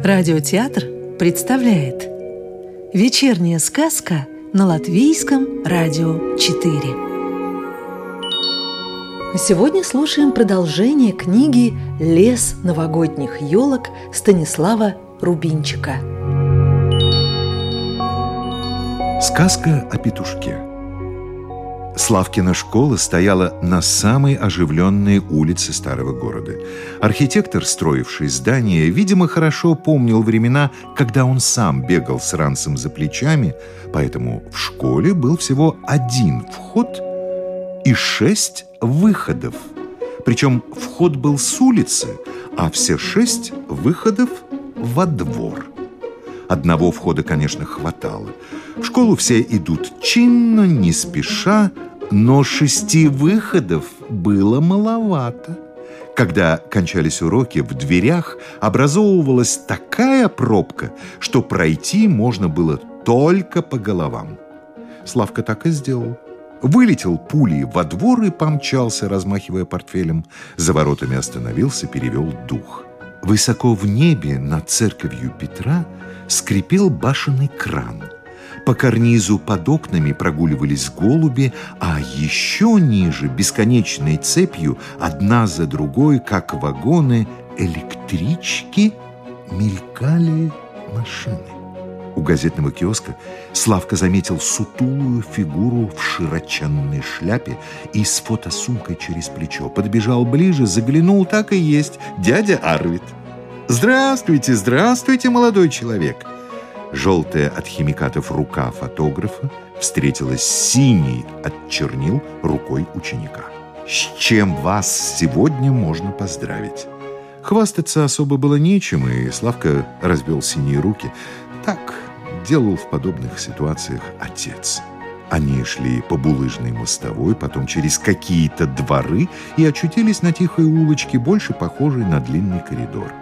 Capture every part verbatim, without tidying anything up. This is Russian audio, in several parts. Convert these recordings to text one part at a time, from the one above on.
Радиотеатр представляет «Вечерняя сказка» на Латвийском радио четыре. Сегодня слушаем продолжение книги «Лес новогодних елок» Станислава Рубинчика. Сказка о петушке. Славкина школа стояла на самой оживленной улице старого города. Архитектор, строивший здание, видимо, хорошо помнил времена, когда он сам бегал с ранцем за плечами, поэтому в школе был всего один вход и шесть выходов. Причем вход был с улицы, а все шесть выходов во двор. Одного входа, конечно, хватало. В школу все идут чинно, не спеша, но шести выходов было маловато. Когда кончались уроки, в дверях образовывалась такая пробка, что пройти можно было только по головам. Славка так и сделал. Вылетел пулей во двор и помчался, размахивая портфелем. За воротами остановился, перевел дух. Высоко в небе над церковью Петра скрипел башенный кран. По карнизу под окнами прогуливались голуби, а еще ниже, бесконечной цепью, одна за другой, как вагоны электрички, мелькали машины. У газетного киоска Славка заметил сутулую фигуру в широченной шляпе и с фотосумкой через плечо. Подбежал ближе, заглянул, так и есть, дядя Арвид. «Здравствуйте, здравствуйте, молодой человек!» Желтая от химикатов рука фотографа встретилась с синей от чернил рукой ученика. «С чем вас сегодня можно поздравить?» Хвастаться особо было нечем, и Славка развел синие руки. Так делал в подобных ситуациях отец. Они шли по булыжной мостовой, потом через какие-то дворы и очутились на тихой улочке, больше похожей на длинный коридор.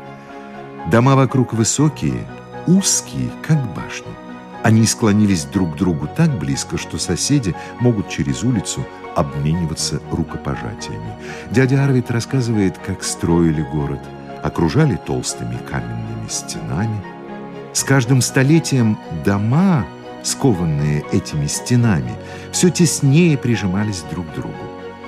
Дома вокруг высокие, узкие, как башни. Они склонились друг к другу так близко, что соседи могут через улицу обмениваться рукопожатиями. Дядя Арвид рассказывает, как строили город, окружали толстыми каменными стенами. С каждым столетием дома, скованные этими стенами, все теснее прижимались друг к другу.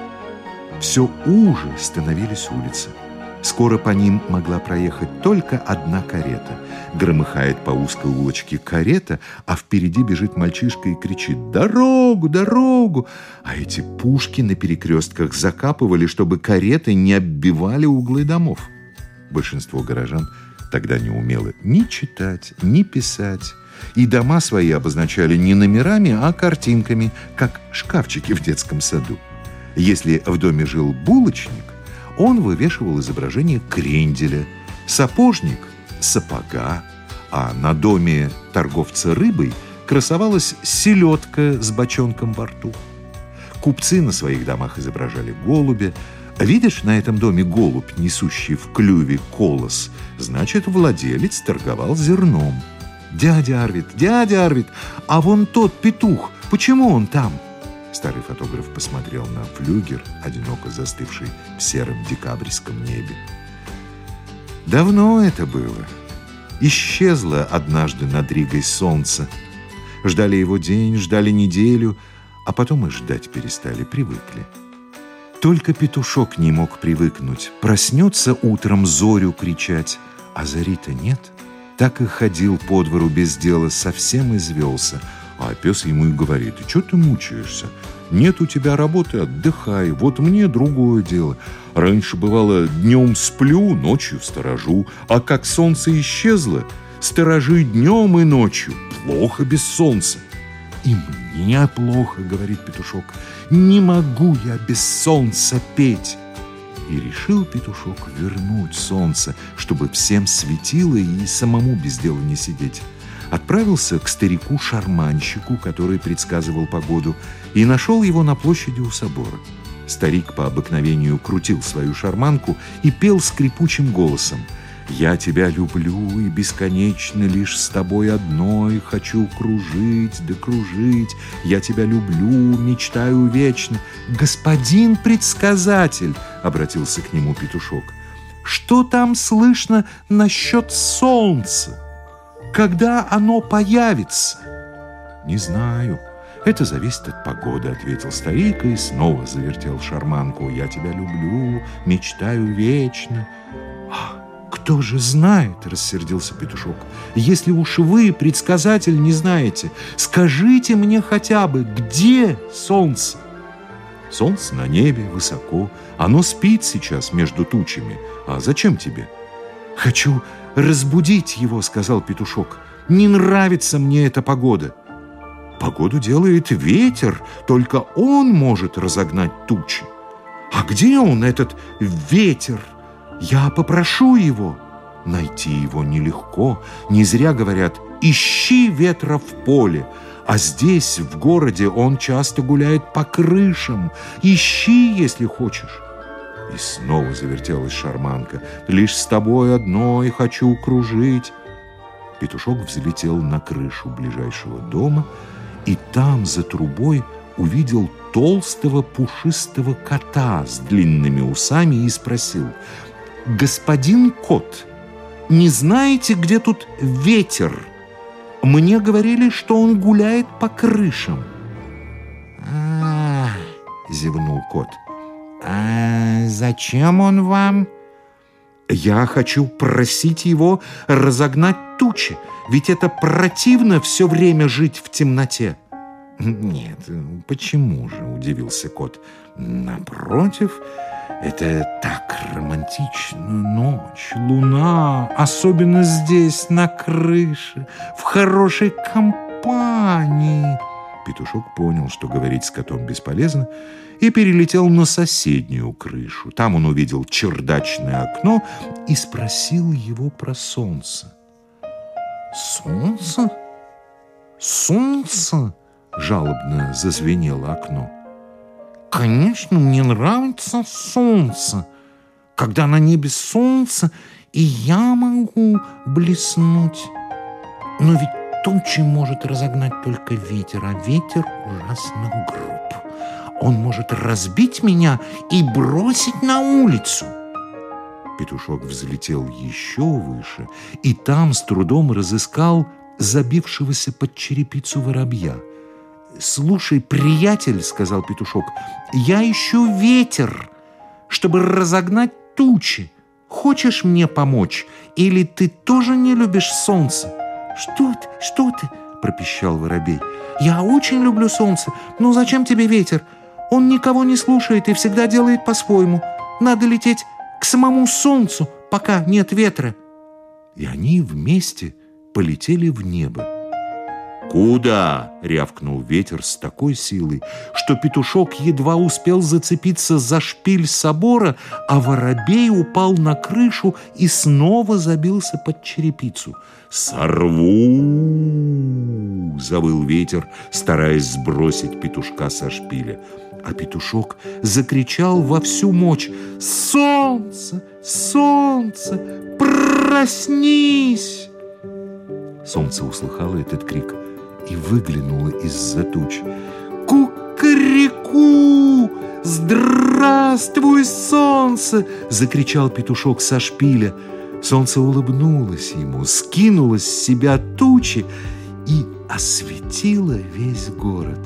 Все уже становились улицы. Скоро по ним могла проехать только одна карета. Громыхает по узкой улочке карета, а впереди бежит мальчишка и кричит: «Дорогу, дорогу!» А эти пушки на перекрестках закапывали, чтобы кареты не оббивали углы домов. Большинство горожан тогда не умело ни читать, ни писать. И дома свои обозначали не номерами, а картинками, как шкафчики в детском саду. Если в доме жил булочник, он вывешивал изображение кренделя, сапожник – сапога, а на доме торговца рыбой красовалась селедка с бочонком во рту. Купцы на своих домах изображали голубя. Видишь на этом доме голубь, несущий в клюве колос, значит, владелец торговал зерном. «Дядя Арвид, дядя Арвид, а вон тот петух, почему он там?» Старый фотограф посмотрел на флюгер, одиноко застывший в сером декабрьском небе. Давно это было. Исчезло однажды над Ригой солнце. Ждали его день, ждали неделю, а потом и ждать перестали, привыкли. Только петушок не мог привыкнуть. Проснется утром зорю кричать, а зари-то нет. Так и ходил по двору без дела, совсем извелся. А пес ему и говорит: «И что ты мучаешься? Нет у тебя работы, отдыхай. Вот мне другое дело. Раньше, бывало, днем сплю, ночью сторожу. А как солнце исчезло, сторожи днем и ночью. Плохо без солнца». «И мне плохо, — говорит петушок, — не могу я без солнца петь». И решил петушок вернуть солнце, чтобы всем светило и самому без дела не сидеть. Отправился к старику-шарманщику, который предсказывал погоду, и нашел его на площади у собора. Старик по обыкновению крутил свою шарманку и пел скрипучим голосом: «Я тебя люблю, и бесконечно лишь с тобой одной хочу кружить да кружить. Я тебя люблю, мечтаю вечно». «Господин предсказатель!» — обратился к нему петушок. Что там слышно насчет солнца? Когда оно появится? Не знаю. Это зависит от погоды, ответил старик и снова завертел шарманку. Я тебя люблю, мечтаю вечно. Кто же знает, рассердился петушок. Если уж вы, предсказатель, не знаете, скажите мне хотя бы, где солнце? Солнце на небе, высоко. Оно спит сейчас между тучами. А зачем тебе? Хочу разбудить его, сказал петушок. Не нравится мне эта погода. Погоду делает ветер, только он может разогнать тучи. А где он, этот ветер? Я попрошу его. Найти его нелегко. Не зря говорят, ищи ветра в поле. А здесь, в городе, он часто гуляет по крышам. Ищи, если хочешь. И снова завертелась шарманка. Лишь с тобой одной хочу кружить. Петушок взлетел на крышу ближайшего дома и там, за трубой, увидел толстого пушистого кота с длинными усами и спросил: «Господин кот, не знаете, где тут ветер? Мне говорили, что он гуляет по крышам». «А, — зевнул кот, — а зачем он вам?» «Я хочу просить его разогнать тучи, ведь это противно все время жить в темноте». «Нет, почему же?» – удивился кот. «Напротив, это так романтично. Ночь, луна, особенно здесь, на крыше, в хорошей компании». Петушок понял, что говорить с котом бесполезно, и перелетел на соседнюю крышу. Там он увидел чердачное окно и спросил его про солнце. «Солнце? Солнце?» — жалобно зазвенело окно. «Конечно, мне нравится солнце. Когда на небе солнце, и я могу блеснуть. Но ведь тучи может разогнать только ветер, а ветер ужасно груб. Он может разбить меня и бросить на улицу». Петушок взлетел еще выше и там с трудом разыскал забившегося под черепицу воробья. «Слушай, приятель, — сказал петушок, — я ищу ветер, чтобы разогнать тучи. Хочешь мне помочь? Или ты тоже не любишь солнце?» «Что ты, что ты? — пропищал воробей. — Я очень люблю солнце, но зачем тебе ветер? Он никого не слушает и всегда делает по-своему. Надо лететь к самому солнцу, пока нет ветра». И они вместе полетели в небо. «Куда?» — рявкнул ветер с такой силой, что петушок едва успел зацепиться за шпиль собора, а воробей упал на крышу и снова забился под черепицу. «Сорву!» — завыл ветер, стараясь сбросить петушка со шпиля. А петушок закричал во всю мощь: «Солнце! Солнце! Проснись!» Солнце услыхало этот крик и выглянуло из-за туч. «Ку-ка-ре-ку! Здравствуй, солнце!» — закричал петушок со шпиля. Солнце улыбнулось ему, скинуло с себя тучи и осветило весь город.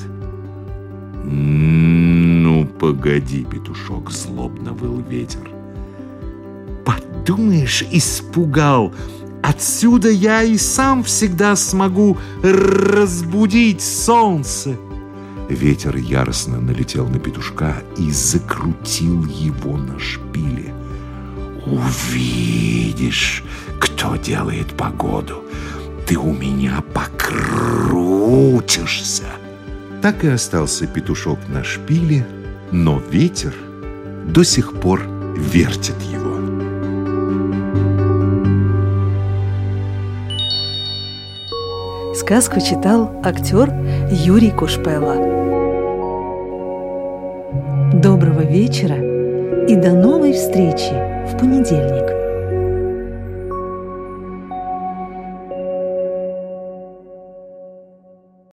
«Ну, погоди, петушок!» — злобно выл ветер. «Подумаешь, испугал! Отсюда я и сам всегда смогу разбудить солнце!» Ветер яростно налетел на петушка и закрутил его на шпиле. «Увидишь, кто делает погоду! Ты у меня покрутишься!» Так и остался петушок на шпиле, но ветер до сих пор вертит его. Сказку читал актер Юрий Кушпела. Доброго вечера и до новой встречи в понедельник.